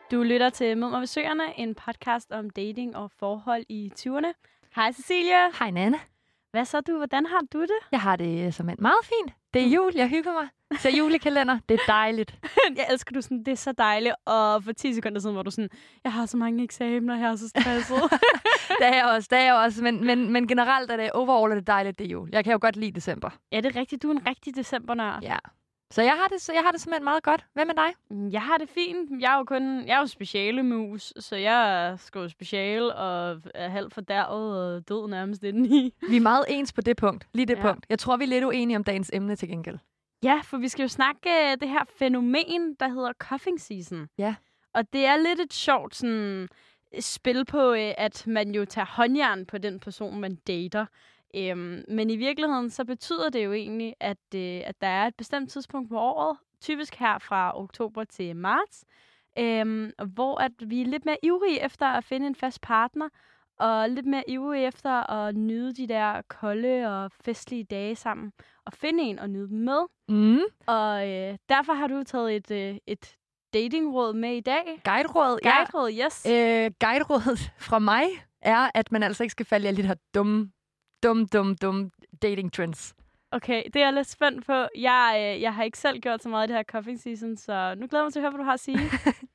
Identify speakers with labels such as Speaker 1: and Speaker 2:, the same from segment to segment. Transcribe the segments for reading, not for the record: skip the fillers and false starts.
Speaker 1: Du lytter til Mød mig ved Søerne, en podcast om dating og forhold i 20'erne. Hej Cecilia.
Speaker 2: Hej Nanne.
Speaker 1: Hvad så du? Hvordan har du det?
Speaker 2: Jeg har det som en meget fint. Det er jul, jeg hygger mig. Ser julekalender, det er dejligt.
Speaker 1: Jeg elsker du sådan, det er så dejligt. Og for 10 sekunder siden var du sådan, jeg har så mange eksamener, jeg er så stresset.
Speaker 2: Det er jeg også. Men generelt er det overall er det dejligt, det er jul. Jeg kan jo godt lide december.
Speaker 1: Ja, det er rigtigt. Du er en rigtig decembernørd.
Speaker 2: Ja. Så jeg har det simpelthen meget godt. Hvad med dig?
Speaker 1: Jeg har det fint. Jeg er jo specialemus, så jeg skal jo speciale og er halvt fordærvet og død nærmest indeni.
Speaker 2: Vi er meget ens på det punkt. Lige det
Speaker 1: Ja.
Speaker 2: punkt. Jeg tror, vi er lidt uenige om dagens emne til gengæld.
Speaker 1: Ja, for vi skal jo snakke det her fænomen, der hedder cuffing season.
Speaker 2: Ja.
Speaker 1: Og det er lidt et sjovt sådan, spil på, at man jo tager håndjern på den person, man dater. Men i virkeligheden, så betyder det jo egentlig, at der er et bestemt tidspunkt på året, typisk her fra oktober til marts, hvor at vi er lidt mere ivrige efter at finde en fast partner, og lidt mere ivrige efter at nyde de der kolde og festlige dage sammen, og finde en og nyde dem med.
Speaker 2: Mm.
Speaker 1: Og derfor har du taget et datingråd med i dag.
Speaker 2: Guideråd.
Speaker 1: Guideråd, yes.
Speaker 2: Guiderådet fra mig er, at man altså ikke skal falde i alle de her dumme dating trends.
Speaker 1: Okay, det er jeg lidt spændt på. Jeg har ikke selv gjort så meget i det her cuffing season, så nu glæder jeg mig til at høre, hvad du har at sige.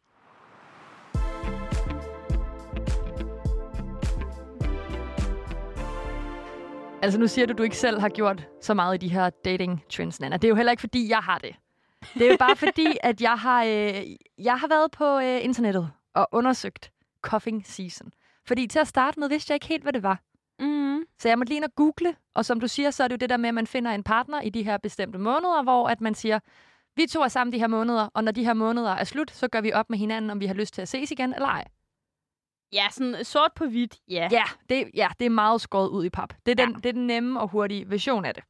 Speaker 2: Altså, nu siger du ikke selv har gjort så meget i de her dating trends, Nana. Det er jo heller ikke, fordi jeg har det. Det er jo bare fordi, at jeg har været på internettet og undersøgt cuffing season. Fordi til at starte med, vidste jeg ikke helt, hvad det var.
Speaker 1: Mm.
Speaker 2: Så jeg måtte lige ind og google, og som du siger, så er det jo det der med, at man finder en partner i de her bestemte måneder, hvor at man siger, vi to er sammen de her måneder, og når de her måneder er slut, så gør vi op med hinanden, om vi har lyst til at ses igen eller ej.
Speaker 1: Ja, sådan sort på hvidt, ja.
Speaker 2: Ja, det er meget skåret ud i pap. Det er den nemme og hurtige version af det.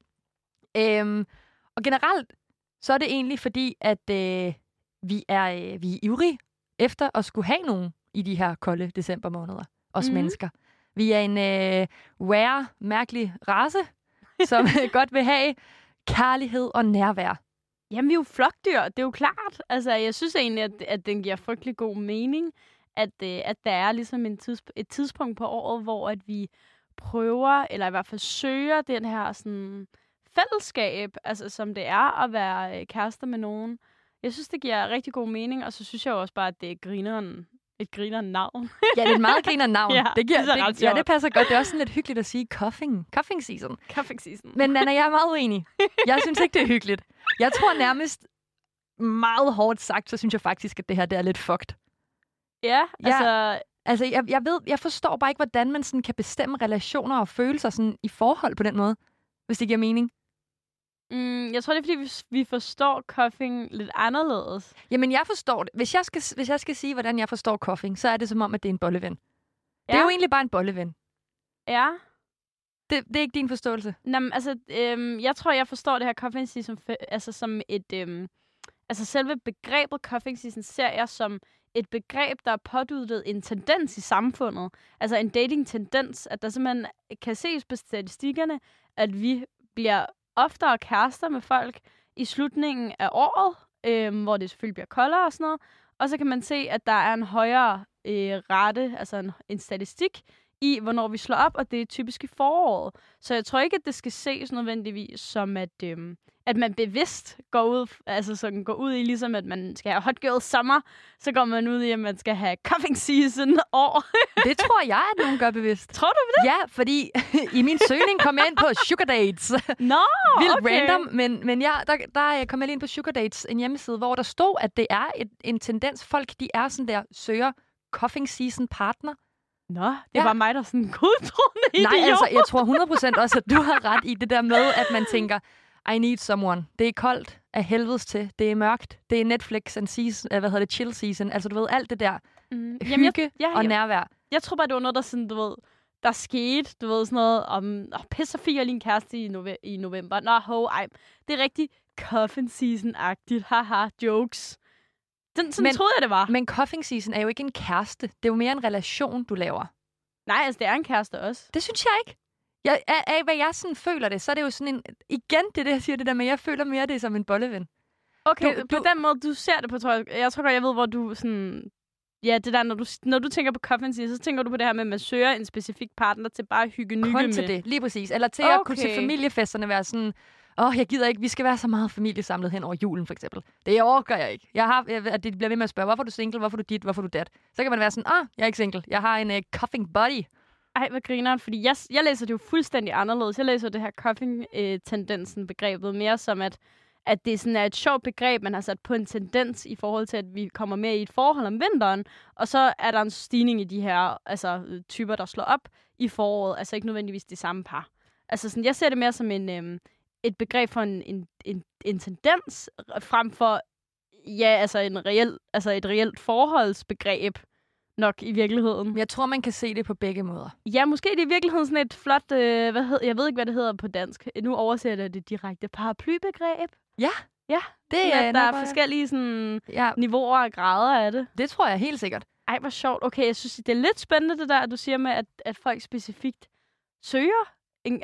Speaker 2: Og generelt, så er det egentlig fordi, at vi er ivrige efter at skulle have nogen i de her kolde decembermåneder. Os mennesker. Vi er en rare, mærkelig race, som godt vil have kærlighed og nærvær.
Speaker 1: Jamen, vi er jo flokdyr, det er jo klart. Altså, jeg synes egentlig, at den giver frygtelig god mening, at der er ligesom et tidspunkt på året, hvor at vi prøver, eller i hvert fald søger den her sådan, fællesskab, altså som det er at være kærester med nogen. Jeg synes, det giver rigtig god mening, og så synes jeg også bare, at det er et grineren navn.
Speaker 2: Ja, det er et meget grineren navn.
Speaker 1: Ja,
Speaker 2: det passer godt. Det er også sådan lidt hyggeligt at sige cuffing season.
Speaker 1: Cuffing season.
Speaker 2: Men Nana, jeg er meget uenig. Jeg synes ikke, det er hyggeligt. Jeg tror nærmest meget hårdt sagt, så synes jeg faktisk, at det her det er lidt fucked.
Speaker 1: Ja,
Speaker 2: altså jeg forstår bare ikke, hvordan man sådan kan bestemme relationer og følelser sådan i forhold på den måde, hvis det giver mening.
Speaker 1: Jeg tror, det er, fordi vi forstår cuffing lidt anderledes.
Speaker 2: Jamen, jeg forstår det. Hvis jeg skal sige, hvordan jeg forstår cuffing, så er det som om, at det er en bolleven.
Speaker 1: Ja.
Speaker 2: Det er jo egentlig bare en bolleven.
Speaker 1: Ja.
Speaker 2: Det er ikke din forståelse?
Speaker 1: Jamen, altså, jeg tror, jeg forstår det her cuffing season som et... altså, selve begrebet cuffing season ser jeg som et begreb, der er påduttet en tendens i samfundet. Altså en dating-tendens, at der simpelthen kan ses på statistikkerne, at vi bliver oftere kærester med folk i slutningen af året, hvor det selvfølgelig bliver koldere og sådan noget. Og så kan man se, at der er en højere rate, altså en statistik, i hvornår vi slår op, og det er typisk i foråret. Så jeg tror ikke, at det skal ses nødvendigvis som, at man bevidst går ud, altså sådan går ud i, ligesom at man skal have hot girl summer, så går man ud i, at man skal have cuffing season år.
Speaker 2: Det tror jeg, at nogen gør bevidst.
Speaker 1: Tror du det?
Speaker 2: Ja, fordi i min søgning kom jeg ind på Sugar Dates.
Speaker 1: Nå,
Speaker 2: Vildt
Speaker 1: okay.
Speaker 2: random, men ja, der kom jeg lige ind på Sugar Dates, en hjemmeside, hvor der stod, at det er en tendens. Folk, de er sådan der, søger cuffing season partner.
Speaker 1: Nå, det var mig, der sådan godtroende idiot.
Speaker 2: Nej, altså, jeg tror 100% også, at du har ret i det der med, at man tænker, I need someone. Det er koldt af helvedes til. Det er mørkt. Det er Netflix and season, chill season. Altså, du ved, alt det der hygge og nærvær.
Speaker 1: Jeg tror bare, det var noget, der sådan, du ved, der skete, du ved, sådan noget om, pisse fik jeg lige en kæreste i november. Nå, det er rigtig cuffing season-agtigt. Haha, jokes. Sådan troede jeg, det var.
Speaker 2: Men cuffing season er jo ikke en kæreste. Det er jo mere en relation, du laver.
Speaker 1: Nej, altså det er en kæreste også.
Speaker 2: Det synes jeg ikke. Af hvad jeg sådan føler det, så er det jo sådan en... Igen, det jeg siger det der med, jeg føler mere det som en bolleven.
Speaker 1: Okay, på den måde, du ser det på, tror jeg tror godt, jeg ved, hvor du sådan... Ja, det der, når du tænker på coffin season, så tænker du på det her med, at man søger en specifik partner til bare at hygge med.
Speaker 2: Kun til det, lige præcis. Eller til at kunne til familiefesterne være sådan, jeg gider ikke, vi skal være så meget familiesamlet hen over julen, for eksempel. Det overgår jeg ikke. Det bliver ved med at spørge, hvorfor er du single, hvorfor er du dit, hvorfor er du dat? Så kan man være sådan, jeg er ikke single, jeg har en coughing buddy.
Speaker 1: Ej, hvad grineren, fordi jeg læser det jo fuldstændig anderledes. Jeg læser det her coughing-tendensen begrebet mere som, at det sådan er et sjovt begreb, man har sat på en tendens i forhold til, at vi kommer med i et forhold om vinteren, og så er der en stigning i de her typer, der slår op i foråret, altså ikke nødvendigvis de samme par. Altså sådan, jeg ser det mere som et begreb for en tendens, frem for et reelt forholdsbegreb nok i virkeligheden.
Speaker 2: Jeg tror, man kan se det på begge måder.
Speaker 1: Ja, måske det er i virkeligheden sådan et flot, jeg ved ikke, hvad det hedder på dansk. Nu oversætter jeg det direkte. Paraplybegreb.
Speaker 2: Ja.
Speaker 1: Det er, der er forskellige sådan, niveauer og grader af det.
Speaker 2: Det tror jeg helt sikkert.
Speaker 1: Ej, hvor sjovt. Okay, jeg synes, det er lidt spændende, det der, at du siger med, at folk specifikt søger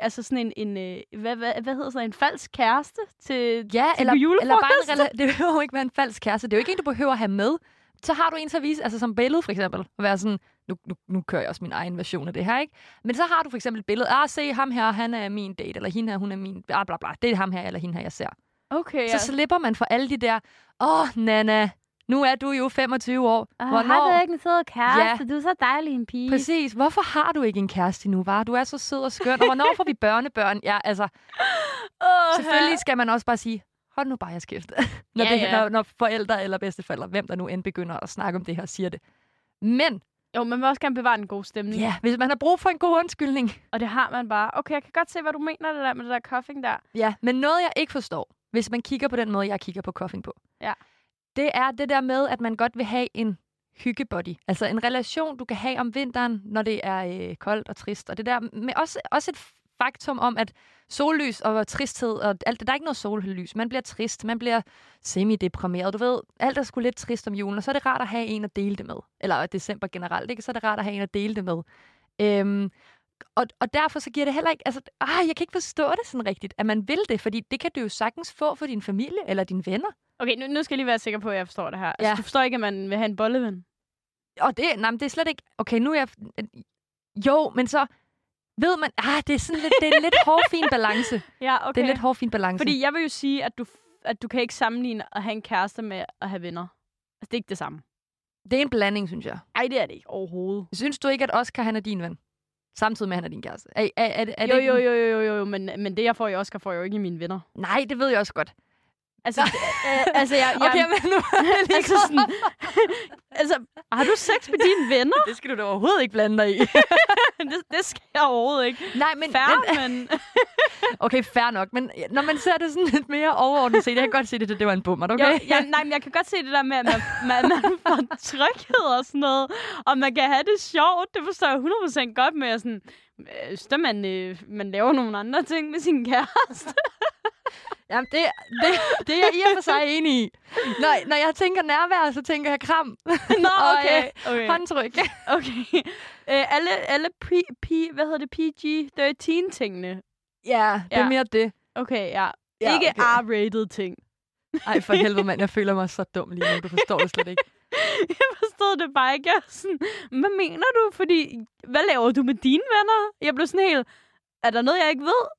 Speaker 1: hvad hedder sådan en falsk kæreste til julefrokost?
Speaker 2: Eller bare det behøver jo ikke være en falsk kæreste. Det er jo ikke en, du behøver at have med. Så har du en til at vise, altså som billede for eksempel, at være sådan, nu kører jeg også min egen version af det her, ikke? Men så har du for eksempel et billede, se ham her, han er min date, eller hende her, hun er min, bla bla bla, det er ham her, eller hende her, jeg ser.
Speaker 1: Okay,
Speaker 2: så slipper man for alle de der, Nana, nu er du jo 25 år.
Speaker 1: Har du ikke en sød kæreste? Du er så dejlig en pige.
Speaker 2: Præcis. Hvorfor har du ikke en kæreste nu, var? Du er så sød og skøn. Og hvornår får vi børnebørn? Ja, altså. Selvfølgelig skal man også bare sige, hold nu bare jeres kæft. Når forældre eller bedsteforældre, hvem der nu end begynder at snakke om det her, siger det. Men
Speaker 1: jo, man vil også gerne bevare en god stemning.
Speaker 2: Ja, hvis man har brug for en god undskyldning.
Speaker 1: Og det har man bare. Okay, jeg kan godt se, hvad du mener det der med det der coughing der.
Speaker 2: Ja, men noget jeg ikke forstår, hvis man kigger på den måde, jeg kigger på coughing på.
Speaker 1: Ja.
Speaker 2: Det er det der med, at man godt vil have en hyggebody. Altså en relation, du kan have om vinteren, når det er koldt og trist. Og det der med også et faktum om, at sollys og tristhed og alt det, der er ikke noget sollys. Man bliver trist, man bliver semi-deprimeret. Du ved, alt er sgu lidt trist om julen, og så er det rart at have en at dele det med. Eller december generelt, ikke? Så er det rart at have en at dele det med. Og derfor så giver det heller ikke, altså, jeg kan ikke forstå det sådan rigtigt, at man vil det, fordi det kan du jo sagtens få for din familie eller dine venner.
Speaker 1: Okay, nu skal jeg lige være sikker på, at jeg forstår det her. Altså, du forstår ikke, at man vil have en bolleven?
Speaker 2: Det er slet ikke, okay, nu er jeg, jo, men så ved man, det er sådan lidt, det er en lidt hårfin balance.
Speaker 1: Ja, okay.
Speaker 2: Det er en lidt hårfin balance.
Speaker 1: Fordi jeg vil jo sige, at du kan ikke sammenligne at have en kæreste med at have venner. Altså, det er ikke det samme.
Speaker 2: Det er en blanding, synes jeg.
Speaker 1: Ej, det er det ikke overhovedet.
Speaker 2: Synes du ikke, at Oscar, han er din ven? Samtidig med, at han er din kæreste.
Speaker 1: Jo, men det, jeg får i Oscar, får jeg jo ikke i mine venner.
Speaker 2: Nej, det ved jeg også godt.
Speaker 1: Altså,
Speaker 2: okay, men nu
Speaker 1: har du sex med dine venner?
Speaker 2: Det skal du da overhovedet ikke blande dig i.
Speaker 1: det skal jeg overhovedet ikke.
Speaker 2: Nej, men
Speaker 1: men
Speaker 2: okay, fair nok, men når man ser det sådan lidt mere overordnet set, jeg kan godt se det var en bummer, okay?
Speaker 1: Men jeg kan godt se det der med, at man får tryghed og sådan noget, og man kan have det sjovt. Det forstår jeg 100% godt med, at man laver nogle andre ting med sin kæreste.
Speaker 2: Jamen, det er jeg i og for sig enig i. Når jeg tænker nærvær, så tænker jeg kram.
Speaker 1: Nå, okay.
Speaker 2: Håndtryk.
Speaker 1: Okay. Alle PG-13-tingene.
Speaker 2: Ja, det er mere det.
Speaker 1: Okay, ja. Ikke okay. R-rated ting.
Speaker 2: Ej, for helvede, mand. Jeg føler mig så dum lige nu. Du forstår det slet ikke.
Speaker 1: Jeg forstod det bare ikke. Sådan, hvad mener du? Fordi, hvad laver du med dine venner? Jeg blev sådan helt, er der noget, jeg ikke ved?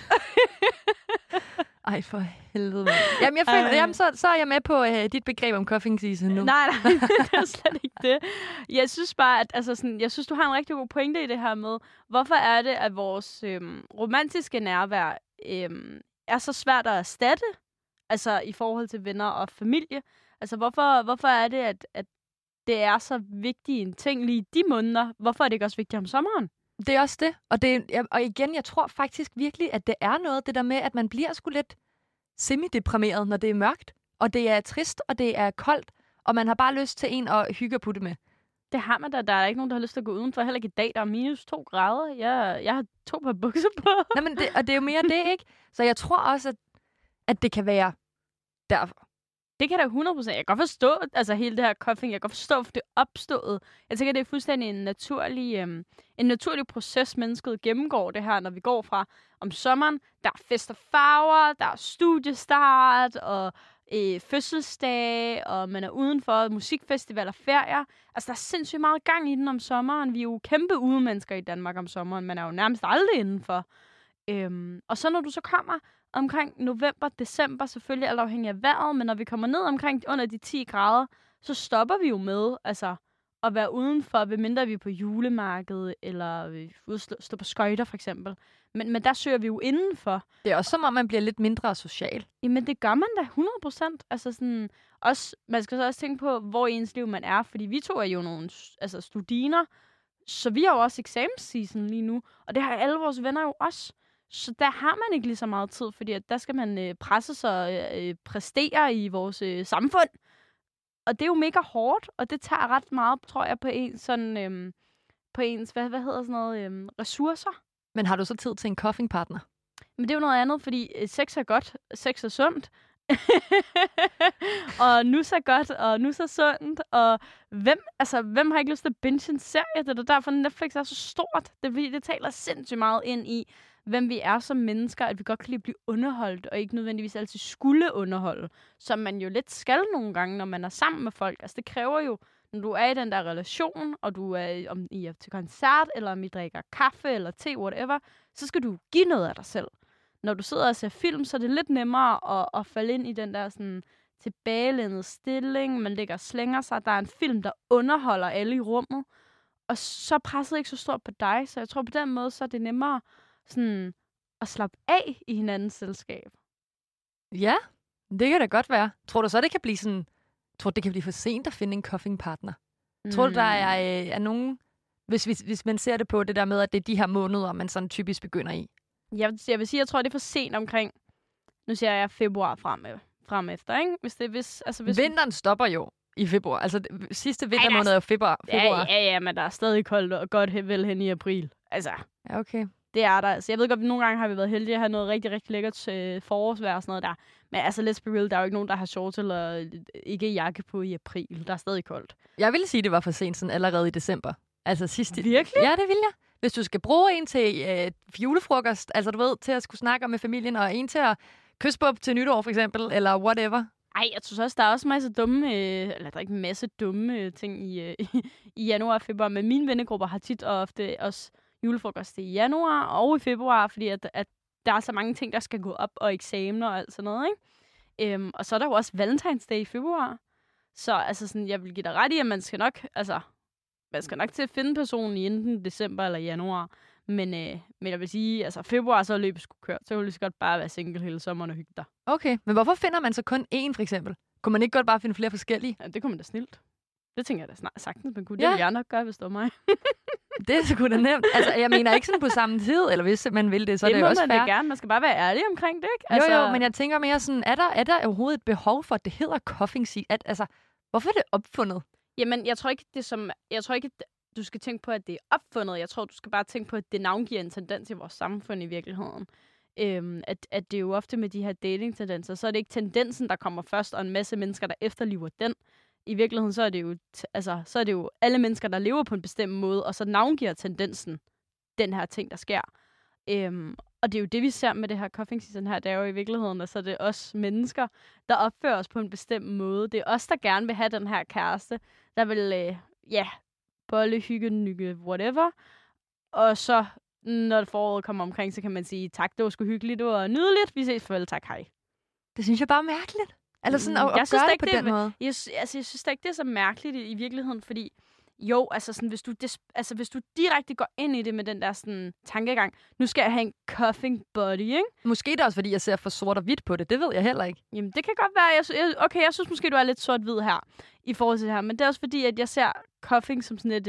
Speaker 2: Ej, for helvede. Jamen, jeg føler, så er jeg med på dit begreb om coughing season nu.
Speaker 1: Nej, det er slet ikke det. Jeg synes bare, at jeg synes, du har en rigtig god pointe i det her med, hvorfor er det, at vores romantiske nærvær er så svært at erstatte, altså i forhold til venner og familie. Altså, hvorfor er det, at det er så vigtig en ting lige i de måneder? Hvorfor er det ikke også vigtigt om sommeren?
Speaker 2: Det er også det. Og igen, jeg tror faktisk virkelig, at det er noget, det der med, at man bliver sgu lidt semi-deprimeret, når det er mørkt, og det er trist, og det er koldt, og man har bare lyst til en at hygge og putte med.
Speaker 1: Det har man da. Der er ikke nogen, der har lyst til at gå udenfor. Heller ikke i dag, der er -2 grader. Jeg har 2 par bukser på.
Speaker 2: Nej, men det er jo mere det, ikke? Så jeg tror også, at det kan være derfor.
Speaker 1: Det kan da 100%. Jeg kan godt forstå, altså hele det her coughing, jeg kan godt forstå, for det er opstået. Jeg tænker, det er fuldstændig en naturlig proces, mennesket gennemgår det her, når vi går fra om sommeren. Der er fest og farver, der er studiestart, og fødselsdage, og man er udenfor, musikfestivaler, ferier. Altså, der er sindssygt meget gang i den om sommeren. Vi er jo kæmpe udemennesker i Danmark om sommeren. Man er jo nærmest aldrig indenfor. Og så når du så kommer omkring november, december, selvfølgelig alt afhængig af vejret, men når vi kommer ned omkring under de 10 grader, så stopper vi jo med at være udenfor, medmindre vi er på julemarkedet, eller vi stå på skøjter for eksempel. Men der søger vi jo indenfor.
Speaker 2: Det er også som om, man bliver lidt mindre social.
Speaker 1: Jamen, det gør man da 100%. Altså sådan, man skal så også tænke på, hvor i ens liv man er, fordi vi to er jo nogle studiner, så vi har jo også eksamensseason lige nu, og det har alle vores venner jo også. Så der har man ikke lige så meget tid, fordi at der skal man presse sig og præstere i vores samfund. Og det er jo mega hårdt, og det tager ret meget, tror jeg, på ens sådan, på ens, hvad hedder sådan noget, ressourcer.
Speaker 2: Men har du så tid til en coffingpartner?
Speaker 1: Men det er jo noget andet, fordi sex er godt, sex er sundt. Og nu så godt, og nu så sundt. Og hvem har ikke lyst til at binge en serie? Det er derfor, Netflix er så stort. Det taler sindssygt meget ind i, hvem vi er som mennesker, at vi godt kan lide at blive underholdt, og ikke nødvendigvis altid skulle underholde, som man jo lidt skal nogle gange, når man er sammen med folk. Altså det kræver jo, når du er i den der relation, og du er, om I er til koncert, eller om I drikker kaffe eller te, whatever, så skal du give noget af dig selv. Når du sidder og ser film, så er det lidt nemmere at falde ind i den der sådan tilbagelænede stilling, man ligger og slænger sig, der er en film, der underholder alle i rummet, og så er presset ikke så stort på dig, så jeg tror på den måde, så er det nemmere sådan at slappe af i hinandens selskab. Ja,
Speaker 2: det kan da godt være. Tror du så, det kan blive sådan... Tror du, det kan blive for sent at finde en coffingpartner? Tror du, der er nogen... Hvis man ser det på det der med, at det er de her måneder, man sådan typisk begynder i?
Speaker 1: Jeg vil sige, jeg tror, det er for sent omkring... Nu siger jeg februar frem efter, ikke? Hvis
Speaker 2: vinteren stopper jo i februar. Altså, sidste vintermåned er jo februar.
Speaker 1: Ja, men der er stadig koldt og godt vel hen i april. Altså...
Speaker 2: Ja, okay.
Speaker 1: Det er der. Altså, jeg ved godt, at nogle gange har vi været heldige at have noget rigtig, rigtig lækkert forårsvejr og sådan noget der. Men altså, let's be real, der er jo ikke nogen, der har shorts eller ikke jakke på i april. Der er stadig koldt.
Speaker 2: Jeg ville sige, det var for sent sådan allerede i december. Altså sidste...
Speaker 1: Virkelig?
Speaker 2: Ja, det vil jeg. Hvis du skal bruge en til julefrokost, altså du ved, til at skulle snakke med familien, og en til at kysse på til nytår for eksempel, eller whatever.
Speaker 1: Ej, jeg tror også, der er også en masse dumme, eller der er ikke en masse dumme ting i januar og februar, men mine vennegrupper har tit og ofte også julefrokost i januar og i februar, fordi at der er så mange ting, der skal gå op, og eksamener og alt sådan noget, ikke? Og så er der jo også Valentinsdag i februar. Så altså sådan, jeg vil give dig ret i, at man skal nok til at finde personen i enten december eller januar. Men jeg vil sige, altså februar, så er løbet sgu kørt. Så vil det godt bare være single hele sommeren og hygge dig.
Speaker 2: Okay, men hvorfor finder man så kun én, for eksempel? Kunne man ikke godt bare finde flere forskellige?
Speaker 1: Ja, det kunne man da snilt. Det tænker jeg da sagtens, man kunne. Det vil jeg nok gøre, hvis det var mig.
Speaker 2: Det er sgu da nemt. Altså, jeg mener ikke sådan på samme tid, eller hvis man vil det, så er det jo også fair.
Speaker 1: Det må man da gerne. Man skal bare være ærlig omkring det, ikke? Altså...
Speaker 2: Jo, men jeg tænker mere sådan, er der overhovedet et behov for, at det hedder cuffing season? Altså, hvorfor er det opfundet?
Speaker 1: Jamen, jeg tror ikke, du skal tænke på, at det er opfundet. Jeg tror, du skal bare tænke på, at det navngiver en tendens i vores samfund i virkeligheden. At det er jo ofte med de her dating-tendenser, så er det ikke tendensen, der kommer først, og en masse mennesker, der efterlever den. I virkeligheden, så er det jo alle mennesker, der lever på en bestemt måde, og så navngiver tendensen den her ting, der sker. Og det er jo det, vi ser med det her cuffing season her. Det er jo i virkeligheden, så det er os mennesker, der opfører os på en bestemt måde. Det er os, der gerne vil have den her kæreste, der vil, bolle, hygge, nykke, whatever. Og så, når foråret kommer omkring, så kan man sige, tak, det var sgu hyggeligt, det var nydeligt, vi ses, farvel, tak, hej.
Speaker 2: Det synes jeg bare er mærkeligt. Eller sådan at gøre det på den måde.
Speaker 1: Jeg synes da ikke, det er så mærkeligt i virkeligheden, fordi jo, altså sådan, hvis du direkte går ind i det med den der sådan tankegang, nu skal jeg have en cuffing buddy, ikke?
Speaker 2: Måske det er også, fordi jeg ser for sort og hvidt på det. Det ved jeg heller ikke.
Speaker 1: Jamen, det kan godt være. Jeg synes måske, du er lidt sort-hvid her i forhold til det her, men det er også fordi, at jeg ser cuffing som sådan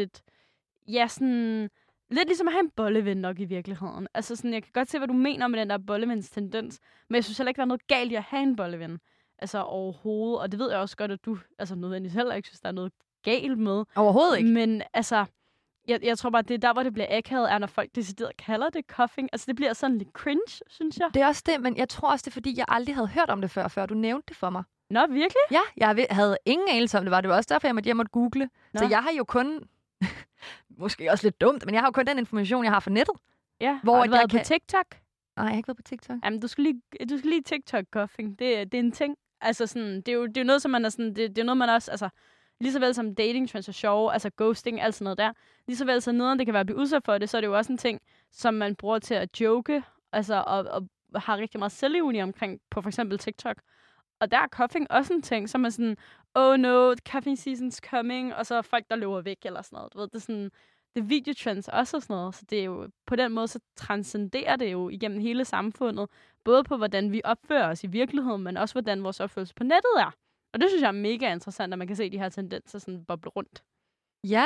Speaker 1: lidt ligesom at have en bolleven nok i virkeligheden. Altså sådan, jeg kan godt se, hvad du mener med den der bollevens tendens, men jeg synes heller ikke, der er noget galt i at have en bolleven. Altså overhovedet, og det ved jeg også godt, at du nødvendigvis heller ikke synes, der er noget galt med.
Speaker 2: Overhovedet ikke.
Speaker 1: Men altså, jeg tror bare, det er der, hvor det bliver akavet, er, når folk decideret kalder det cuffing. Altså, det bliver sådan lidt cringe, synes jeg.
Speaker 2: Det er også det, men jeg tror også, det er, fordi jeg aldrig havde hørt om det før du nævnte det for mig.
Speaker 1: Nå, virkelig?
Speaker 2: Ja, jeg havde ingen anelse om det var. Det var også derfor, jeg måtte hjem og google. Nå. Så jeg har jo kun, måske også lidt dumt, men jeg har jo kun den information, jeg har fra nettet.
Speaker 1: Ja, hvor har du været på TikTok?
Speaker 2: Nej, jeg har ikke været på TikTok.
Speaker 1: Jamen, du skal lige TikTok-cuffing. Det er en ting. Altså sådan, det er jo noget, som man er sådan, det er noget, man også, altså, lige så vel som dating trends er sjove, altså ghosting, alt sådan noget der, lige så vel så nederen det kan være at blive udsat for det, så er det jo også en ting, som man bruger til at joke, altså, og har rigtig meget selvironi omkring, på for eksempel TikTok. Og der er cuffing også en ting, som er sådan, oh no, cuffing season's coming, og så er folk, der løber væk, eller sådan noget. Du ved, det er sådan, det er videotrends også og sådan noget, så det er jo, på den måde, så transcenderer det jo igennem hele samfundet, både på, hvordan vi opfører os i virkeligheden, men også, hvordan vores opførsel på nettet er. Og det synes jeg er mega interessant, at man kan se de her tendenser sådan boble rundt.
Speaker 2: Ja.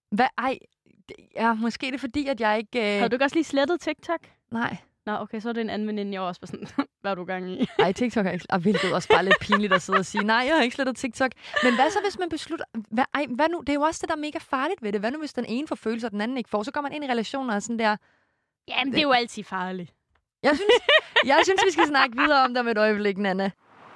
Speaker 2: Måske er det fordi, at jeg ikke...
Speaker 1: Har du ikke også lige slettet TikTok?
Speaker 2: Nej.
Speaker 1: Nå, okay, så er det en anden veninde, jeg også var sådan, hvad er du gang i?
Speaker 2: Nej, TikTok er ikke... Og hvilket også bare lidt pinligt at sidde og sige, nej, jeg har ikke slettet TikTok. Men hvad så, hvis man beslutter... Hvad nu? Det er jo også det, der er mega farligt ved det. Hvad nu, hvis den ene får følelser, og den anden ikke får? Så går man ind i relationer og sådan der...
Speaker 1: Jamen, det er jo altid farligt.
Speaker 2: Jeg synes, vi skal snakke videre om det om et øjeblik, Nanna.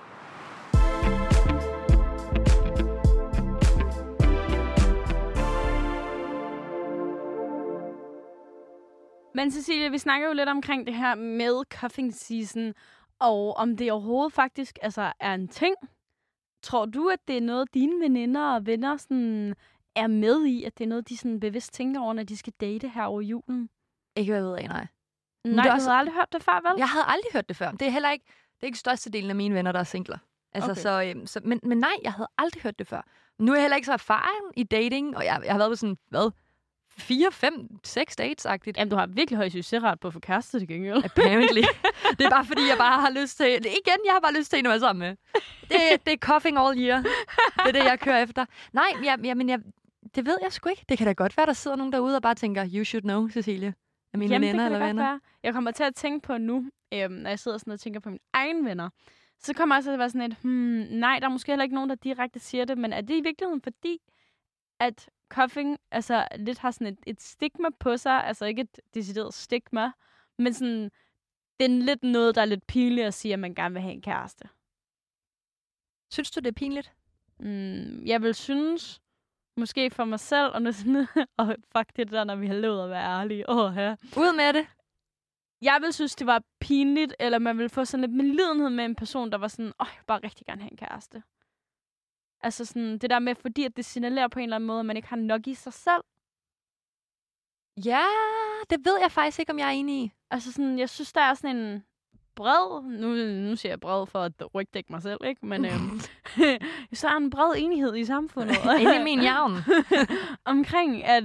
Speaker 1: Men Cecilie, vi snakker jo lidt omkring det her med cuffing season, og om det overhovedet faktisk er en ting. Tror du, at det er noget, dine veninder og venner sådan, er med i, at det er noget, de sådan bevidst tænker over, når de skal date her over julen?
Speaker 2: Ikke hvad jeg ved af, nej.
Speaker 1: Nej, du havde aldrig hørt det før, vel?
Speaker 2: Jeg havde aldrig hørt det før. Det er heller ikke, størstedelen af mine venner, der er singler. Altså, okay. Men nej, jeg havde aldrig hørt det før. Nu er jeg heller ikke så erfaren i dating, og jeg har været på sådan, 4, 5, 6 dates-agtigt.
Speaker 1: Jamen, du har virkelig høj succesret på at få kæreste til gengæld.
Speaker 2: Apparently. Det er bare fordi, jeg bare har lyst til... jeg har bare lyst til en at være sammen med. Det er coughing all year. Det er det, jeg kører efter. Nej, det ved jeg sgu ikke. Det kan da godt være, der sidder nogen derude og bare tænker, you should know, Cecilie. Af mine veninder eller venner. Være.
Speaker 1: Jeg kommer til at tænke på nu, når jeg sidder sådan og tænker på mine egne venner, så kommer jeg også til at være sådan et, nej, der er måske heller ikke nogen, der direkte siger det, men er det i virkeligheden fordi, at cuffing lidt har sådan et stigma på sig, altså ikke et decideret stigma, men sådan, det er lidt noget, der er lidt pinligt at sige, at man gerne vil have en kæreste.
Speaker 2: Synes du, det er pinligt?
Speaker 1: Jeg vil synes, måske for mig selv, og nu sådan, fuck det der, når vi har lovet at være ærlige.
Speaker 2: Ud med det.
Speaker 1: Jeg vil synes, det var pinligt, eller man ville få sådan lidt medlidenhed med en person, der var sådan, jeg vil bare rigtig gerne have en kæreste. Altså sådan, det der med, fordi at det signalerer på en eller anden måde, at man ikke har nok i sig selv.
Speaker 2: Ja, det ved jeg faktisk ikke, om jeg er enig i.
Speaker 1: Altså sådan, jeg synes, der er sådan en bred, nu siger jeg bred for at rygdække mig selv, ikke? Men så er en bred enighed i samfundet.
Speaker 2: Inde i min hjerne.
Speaker 1: Omkring, at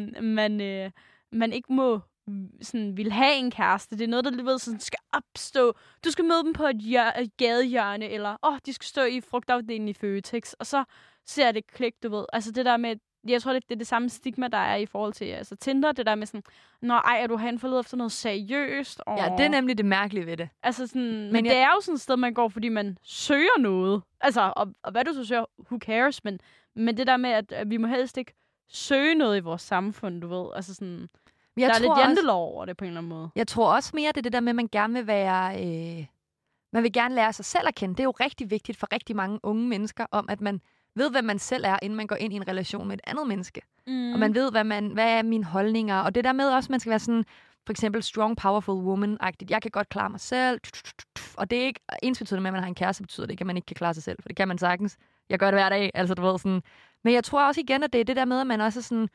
Speaker 1: man ikke må sådan vil have en kæreste. Det er noget, der ved, sådan, skal opstå. Du skal møde dem på et gadehjørne, eller de skal stå i frugtafdelingen i Føtex, og så ser det klik, du ved. Altså det der med, jeg tror, det er det samme stigma, der er i forhold til Tinder. Det der med sådan, er du henforledet efter noget seriøst?
Speaker 2: Ja, det er nemlig det mærkelige ved det.
Speaker 1: Altså sådan, men det er jo sådan et sted, man går, fordi man søger noget. Altså, og hvad du så søger, who cares? Men det der med, at vi må helst ikke søge noget i vores samfund, du ved. Altså sådan, der er lidt jantelov over det på en eller anden måde.
Speaker 2: Jeg tror også mere, det er det der med, at man gerne vil være... man vil gerne lære sig selv at kende. Det er jo rigtig vigtigt for rigtig mange unge mennesker, om at man ved, hvem man selv er, inden man går ind i en relation med et andet menneske. Og man ved, hvad er mine holdninger. Og det der med også, man skal være sådan, for eksempel strong, powerful woman-agtigt. Jeg kan godt klare mig selv. Og det er ikke ensbetydende med, at man har en kæreste, betyder det ikke, at man ikke kan klare sig selv. For det kan man sagtens. Jeg gør det hver dag. Altså, du ved sådan. Men jeg tror også igen, at det er det der med, at man også er sådan...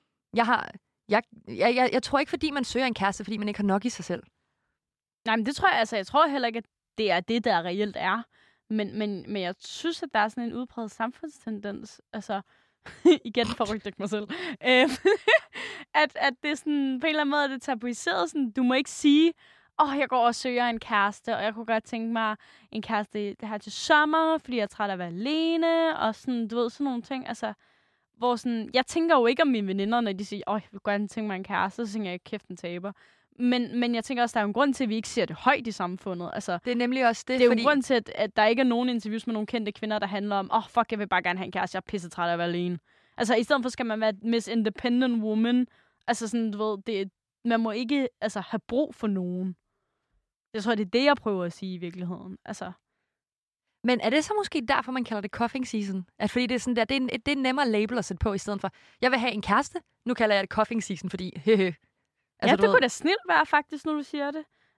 Speaker 2: Jeg tror ikke, fordi man søger en kæreste, fordi man ikke har nok i sig selv.
Speaker 1: Nej, men det tror jeg, jeg tror heller ikke, at det er det, der reelt er. Men jeg synes, at der er sådan en udpræget samfundstendens, altså, igen for at rygdække mig selv, at det er sådan, på en eller anden måde, er det tabuiseret, sådan, du må ikke sige, jeg går og søger en kæreste, og jeg kunne godt tænke mig en kæreste det her til sommer, fordi jeg er træt af at være alene, og sådan, du ved, sådan nogle ting, altså, hvor sådan, jeg tænker jo ikke om mine veninder, når de siger, jeg vil godt tænke mig en kæreste, så tænker jeg, kæft, en taber. Men jeg tænker også, der er en grund til, at vi ikke ser det højt i samfundet. Altså,
Speaker 2: det er nemlig også det.
Speaker 1: Det er jo en grund til, at der ikke er nogen interviews med nogle kendte kvinder, der handler om, fuck, jeg vil bare gerne have en kæreste, jeg er pissetræt af at være alene. Altså, i stedet for skal man være Miss Independent Woman. Altså, sådan, du ved, man må ikke have brug for nogen. Jeg tror, det er det, jeg prøver at sige i virkeligheden. Altså.
Speaker 2: Men er det så måske derfor, man kalder det cuffing season? At fordi det er sådan der, det er nemmere label at sætte på, i stedet for, jeg vil have en kæreste, nu kalder jeg det cuffing season, fordi
Speaker 1: Altså, det kunne da snilt være faktisk, når du siger det.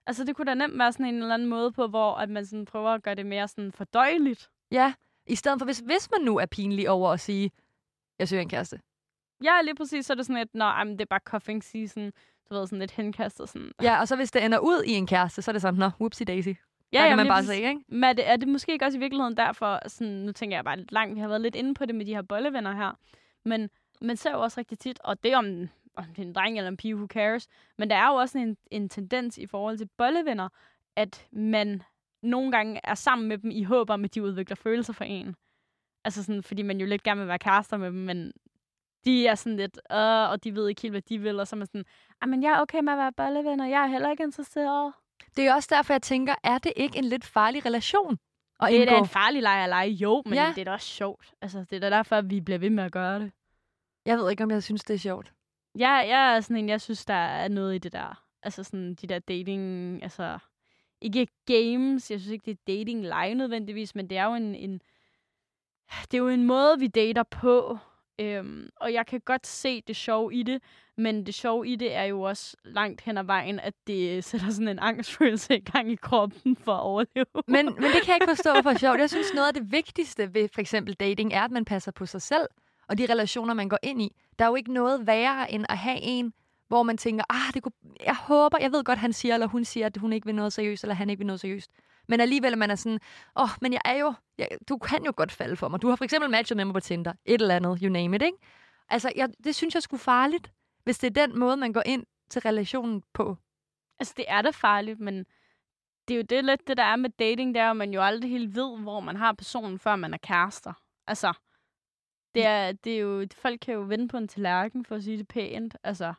Speaker 1: Altså, det kunne da nemt være sådan en eller anden måde på, hvor at man sådan prøver at gøre det mere sådan fordøjeligt.
Speaker 2: Ja, i stedet for, hvis man nu er pinlig over at sige, jeg søger en kæreste.
Speaker 1: Ja, lige præcis, så er det sådan et, det er bare cuffing season. Du ved, sådan lidt henkastet sådan.
Speaker 2: Ja, og så hvis det ender ud i en kæreste, så er det sådan, whoopsie daisy.
Speaker 1: Ja,
Speaker 2: der kan man bare se, ikke?
Speaker 1: Men er det måske ikke også i virkeligheden derfor, sådan, nu tænker jeg bare lidt langt, vi har været lidt inde på det med de her bollevenner her, men man ser jo også rigtig tit, og det er om det er en dreng eller en pige, who cares, men der er jo også en tendens i forhold til bollevenner, at man nogle gange er sammen med dem i håb om, at de udvikler følelser for en. Altså sådan, fordi man jo lidt gerne vil være kærester med dem, men de er sådan lidt, og de ved ikke helt, hvad de vil, og så er man sådan, men jeg er okay med at være bollevenner, jeg er heller ikke interesseret.
Speaker 2: Det er også derfor, jeg tænker, er det ikke en lidt farlig relation at
Speaker 1: indgå?
Speaker 2: Det
Speaker 1: er da en farlig leg at lege, jo, men
Speaker 2: ja.
Speaker 1: Det er da også sjovt. Altså, det er da derfor, at vi bliver ved med at gøre det.
Speaker 2: Jeg ved ikke, om jeg synes, det er sjovt.
Speaker 1: Jeg er sådan en, jeg synes, der er noget i det der. Altså sådan de der dating, altså ikke games, jeg synes ikke, det er dating-lege nødvendigvis, men det er jo det er jo en måde, vi dater på. Og jeg kan godt se det sjove i det, men det sjove i det er jo også langt hen ad vejen, at det sætter sådan en angstfølelse i gang i kroppen for at overleve.
Speaker 2: Men det kan jeg ikke forstå for sjovt. Jeg synes, noget af det vigtigste ved for eksempel dating er, at man passer på sig selv og de relationer, man går ind i. Der er jo ikke noget værre end at have en, hvor man tænker, jeg ved godt, han siger eller hun siger, at hun ikke vil noget seriøst, eller han ikke vil noget seriøst. Men alligevel man er sådan, men du kan jo godt falde for mig. Du har for eksempel matchet med mig på Tinder. Et eller andet, you name it, ikke? Altså, det synes jeg sgu farligt, hvis det er den måde, man går ind til relationen på.
Speaker 1: Altså, det er da farligt, men det er jo det der er med dating, det er, at man jo aldrig helt ved, hvor man har personen, før man er kærester. Altså, det er jo, folk kan jo vende på en tallerken, for at sige det pænt. Altså,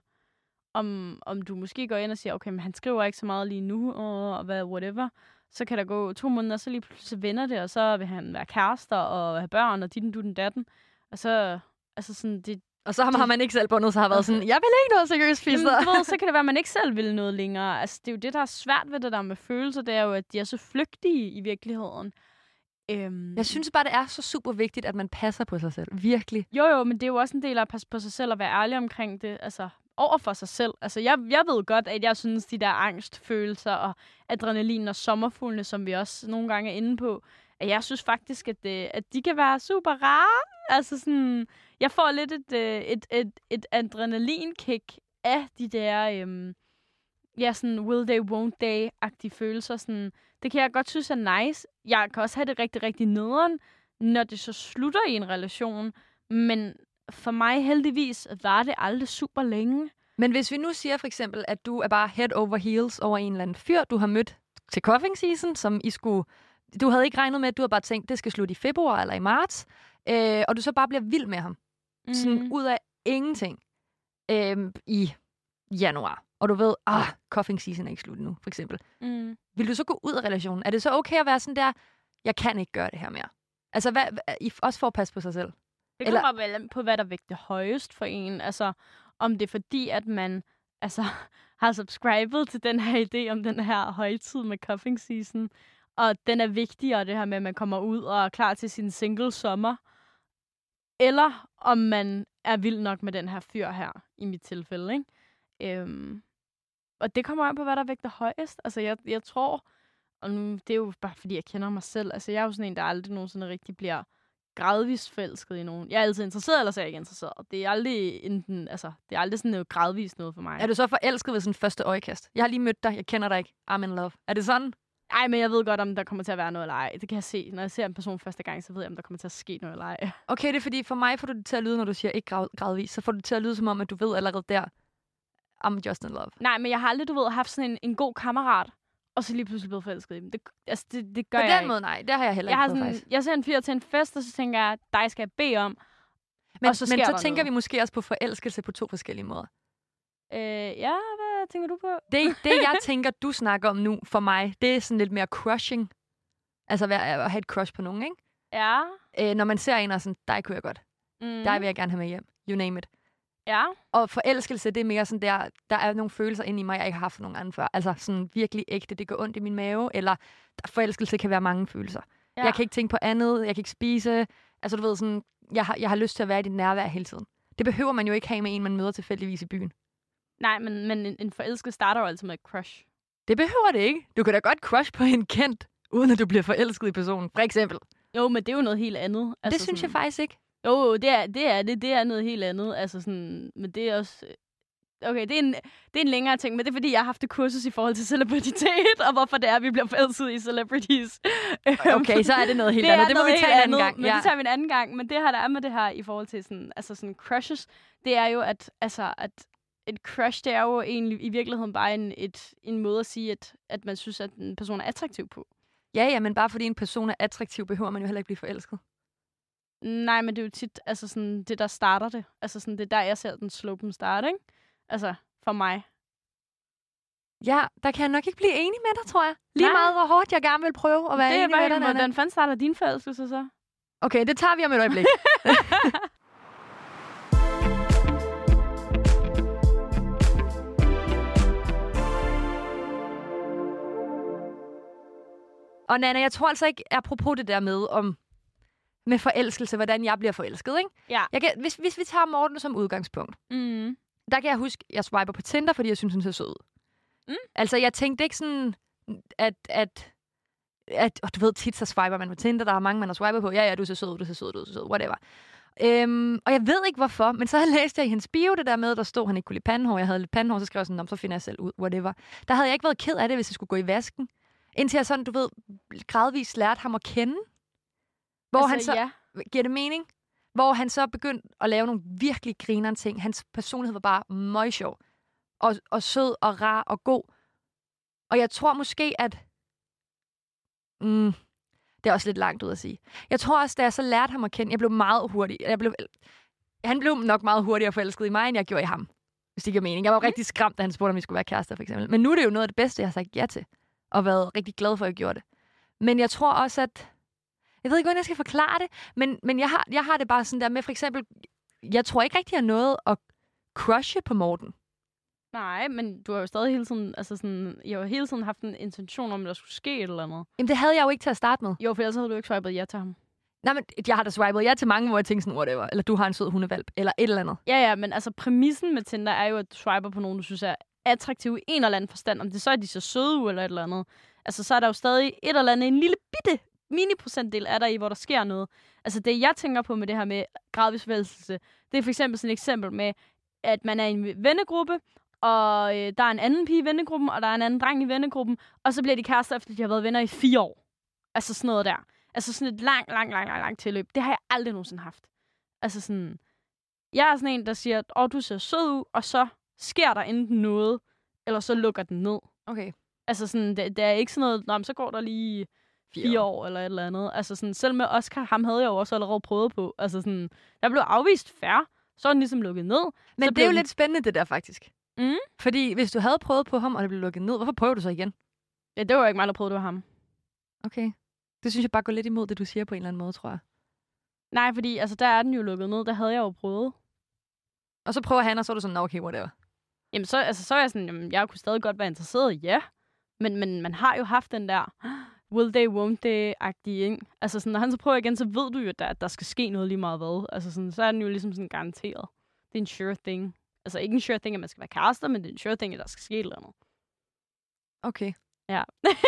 Speaker 1: om du måske går ind og siger, okay, men han skriver ikke så meget lige nu, og whatever. Så kan der gå 2 måneder, og så lige pludselig vender det, og så vil han være kærester og have børn, og den datten. Og så, altså sådan, det...
Speaker 2: Og så har man ikke selv bundet, så har været sådan, jeg vil ikke noget seriøst, fisser.
Speaker 1: Så kan det være, at man ikke selv vil noget længere. Altså, det er jo det, der er svært ved det der med følelser, det er jo, at de er så flygtige i virkeligheden.
Speaker 2: Jeg synes bare, det er så super vigtigt, at man passer på sig selv. Virkelig.
Speaker 1: Jo, men det er jo også en del af at passe på sig selv og være ærlig omkring det. Altså, over for sig selv. Altså, jeg ved godt, at jeg synes, de der angstfølelser og adrenalin og sommerfuglene, som vi også nogle gange er inde på, at jeg synes faktisk, at de kan være super rare. Altså sådan, jeg får lidt et adrenalinkick af de der, sådan will they, won't they-agtige følelser. Sådan, det kan jeg godt synes er nice. Jeg kan også have det rigtig, rigtig nederen, når det så slutter i en relation. Men for mig heldigvis var det aldrig super længe.
Speaker 2: Men hvis vi nu siger for eksempel, at du er bare head over heels over en eller anden fyr, du har mødt til cuffing season, som I skulle... Du havde ikke regnet med, at du havde bare tænkt, det skal slutte i februar eller i marts, og du så bare bliver vild med ham. Sådan ud af ingenting i januar. Og du ved, cuffing season er ikke slut nu, for eksempel. Vil du så gå ud af relationen? Er det så okay at være sådan der, jeg kan ikke gøre det her mere? Altså, også for at passe på sig selv?
Speaker 1: Det kommer vel på, hvad der vægter højest for en. Altså, om det er fordi, at man har subscribet til den her idé om den her højtid med cuffing season, og den er vigtigere, det her med, at man kommer ud og er klar til sin single sommer. Eller om man er vild nok med den her fyr her, i mit tilfælde, ikke? Og det kommer an på, hvad der vægter højest. Altså, jeg tror, og nu, det er jo bare fordi, jeg kender mig selv. Altså, jeg er jo sådan en, der aldrig nogensinde rigtig bliver gradvist forelsket i nogen. Jeg er altid interesseret, eller så er jeg ikke interesseret. Det er aldrig det er aldrig sådan noget gradvist noget for mig.
Speaker 2: Er du så forelsket ved sådan første øjekast? Jeg har lige mødt dig, jeg kender dig ikke. I'm in love. Er det sådan?
Speaker 1: Nej, men jeg ved godt, om der kommer til at være noget eller ej. Det kan jeg se. Når jeg ser en person første gang, så ved jeg, om der kommer til at ske noget eller ej.
Speaker 2: Okay, det er fordi, for mig får du det til at lyde, når du siger ikke gradvist, så får du det til at lyde som om, at du ved allerede der, I'm just in love.
Speaker 1: Nej, men jeg har aldrig, haft sådan en god kammerat, og så lige pludselig blevet forelsket i dem. Det gør jeg ikke.
Speaker 2: På den måde, nej. Det har jeg heller ikke faktisk.
Speaker 1: Jeg ser en fyr til en fest, og så tænker jeg, dig skal jeg bede om.
Speaker 2: Men så tænker vi måske også på forelskelse på 2 forskellige måder.
Speaker 1: Ja, hvad tænker du på?
Speaker 2: Det jeg tænker, du snakker om nu, for mig, det er sådan lidt mere crushing. Altså at have et crush på nogen, ikke?
Speaker 1: Ja.
Speaker 2: Når man ser en og sådan, dig kunne jeg godt. Dig vil jeg gerne have med hjem. You name it.
Speaker 1: Ja.
Speaker 2: Og forelskelse, det er mere sådan der er nogle følelser inde i mig, jeg ikke har haft for nogen anden før. Altså sådan virkelig ægte, det går ondt i min mave, eller forelskelse kan være mange følelser. Ja. Jeg kan ikke tænke på andet, jeg kan ikke spise. Altså du ved sådan, jeg har lyst til at være i dit nærvær hele tiden. Det behøver man jo ikke have med en, man møder tilfældigvis i byen.
Speaker 1: Nej, men en forelsket starter jo altid med et crush.
Speaker 2: Det behøver det ikke. Du kan da godt crush på en kendt, uden at du bliver forelsket i personen, for eksempel.
Speaker 1: Jo, men det er jo noget helt andet.
Speaker 2: Altså, det synes jeg faktisk ikke.
Speaker 1: Jo, det er noget helt andet. Altså sådan, men det er også... Okay, det er en længere ting, men det er fordi, jeg har haft et kursus i forhold til celebritet, og hvorfor det er, vi bliver forelsket i celebrities.
Speaker 2: Okay, så er det noget helt andet. Det må vi tage en anden gang.
Speaker 1: Men det tager vi en anden gang. Men det her, der er med det her i forhold til sådan crushes, det er jo, at et crush, det er jo egentlig i virkeligheden bare en måde at sige, at man synes, at en person er attraktiv på.
Speaker 2: Ja, men bare fordi en person er attraktiv, behøver man jo heller ikke blive forelsket.
Speaker 1: Nej, men det er jo tit sådan, det, der starter det. Altså sådan, det er der, jeg ser den slopen starte, ikke? Altså, for mig.
Speaker 2: Ja, der kan jeg nok ikke blive enig med dig, tror jeg. Lige meget, hvor hårdt jeg gerne vil prøve at være enig med dig.
Speaker 1: Hvordan fanden starter din forelskelse så?
Speaker 2: Okay, det tager vi om et øjeblik. Og Nana, jeg tror altså ikke, apropos det der med forelskelse, hvordan jeg bliver forelsket, ikke?
Speaker 1: Ja.
Speaker 2: Hvis vi tager Morten som udgangspunkt, der kan jeg huske, at jeg swiper på Tinder, fordi jeg synes, hun ser sød ud. Altså, jeg tænkte ikke sådan, at du ved, tit så swiper man på Tinder, der er mange, man har swipet på. Ja, du ser sød, whatever. Og jeg ved ikke, hvorfor, men så læste jeg i hendes bio det der med, der stod, han ikke kunne lide pandehår. Jeg havde lidt pandehår, så skrev jeg sådan, så finder jeg selv ud, whatever. Der havde jeg ikke været ked af det, hvis jeg skulle gå i vasken. Indtil jeg sådan, du ved, gradvist lærte ham at kende. Hvor han så... Ja. Giver det mening? Hvor han så begyndte at lave nogle virkelig grinerende ting. Hans personlighed var bare møgsjov. Og sød og rar og god. Og jeg tror måske, at... det er også lidt langt ud at sige. Jeg tror også, da jeg så lærte ham at kende, jeg blev meget hurtig. Han blev nok meget hurtigere forelsket i mig, end jeg gjorde i ham. Hvis det giver mening. Jeg var rigtig skræmt, da han spurgte, om vi skulle være kærester, for eksempel. Men nu er det jo noget af det bedste, jeg har sagt ja til. Og været rigtig glad for, at jeg gjorde det. Men jeg tror også, at... Jeg ved ikke, hvordan jeg skal forklare det, men jeg har det bare sådan der med, for eksempel... Jeg tror ikke rigtig, jeg har noget at crushe på Morten.
Speaker 1: Nej, men du har jo stadig hele tiden... Altså sådan, jeg har hele tiden haft en intention om, at der skulle ske et eller andet.
Speaker 2: Jamen, det havde jeg jo ikke til at starte med.
Speaker 1: Jo, for ellers havde du ikke swipet ja til ham.
Speaker 2: Nej, men jeg har da swipet ja til mange, hvor jeg tænker sådan, whatever. Eller du har en sød hundevalp, eller et eller andet.
Speaker 1: Ja, men altså præmissen med Tinder er jo, at du swiper på nogen, du synes er attraktiv i en eller anden forstand. Om det så er de så søde ud eller et eller andet. Altså, så er der jo stadig et eller andet, en lille bitte mini-procentdel er der i, hvor der sker noget. Altså, det jeg tænker på med det her med gradvis forelskelse, det er for eksempel sådan et eksempel med, at man er i en vennegruppe, og der er en anden pige i vennegruppen, og der er en anden dreng i vennegruppen, og så bliver de kærester, efter de har været venner i 4 år. Altså sådan noget der. Altså sådan et langt tilløb. Det har jeg aldrig nogensinde haft. Altså sådan... Jeg er sådan en, der siger, du ser sød ud, og så sker der enten noget, eller så lukker den ned.
Speaker 2: Okay.
Speaker 1: Altså sådan, det er ikke sådan noget, så går der lige 4 år eller et eller andet. Altså sådan, selv med Oscar, ham havde jeg jo også allerede prøvet på. Altså sådan, jeg blev afvist fair, så er den ligesom lukket ned.
Speaker 2: Men det er jo lidt spændende, det der faktisk.
Speaker 1: Mm?
Speaker 2: Fordi hvis du havde prøvet på ham, og det blev lukket ned, hvorfor prøver du så igen?
Speaker 1: Ja, det var ikke mig, der prøvede, det var ham.
Speaker 2: Okay. Det synes jeg bare går lidt imod det, du siger på en eller anden måde, tror jeg.
Speaker 1: Nej, fordi altså, der er den jo lukket ned. Der havde jeg jo prøvet.
Speaker 2: Og så prøver han, og så er du sådan, okay, whatever.
Speaker 1: Jamen, så er jeg sådan, jamen, jeg kunne stadig godt være interesseret, ja. Men man har jo haft den der will they, won't they-agtige, ikke? Altså sådan, når han så prøver igen, så ved du jo, at der skal ske noget lige meget hvad. Altså sådan, så er den jo ligesom sådan garanteret. Det er en sure thing. Altså ikke en sure thing, at man skal være kærester, men det er en sure thing, at der skal ske et eller andet.
Speaker 2: Okay.
Speaker 1: Ja.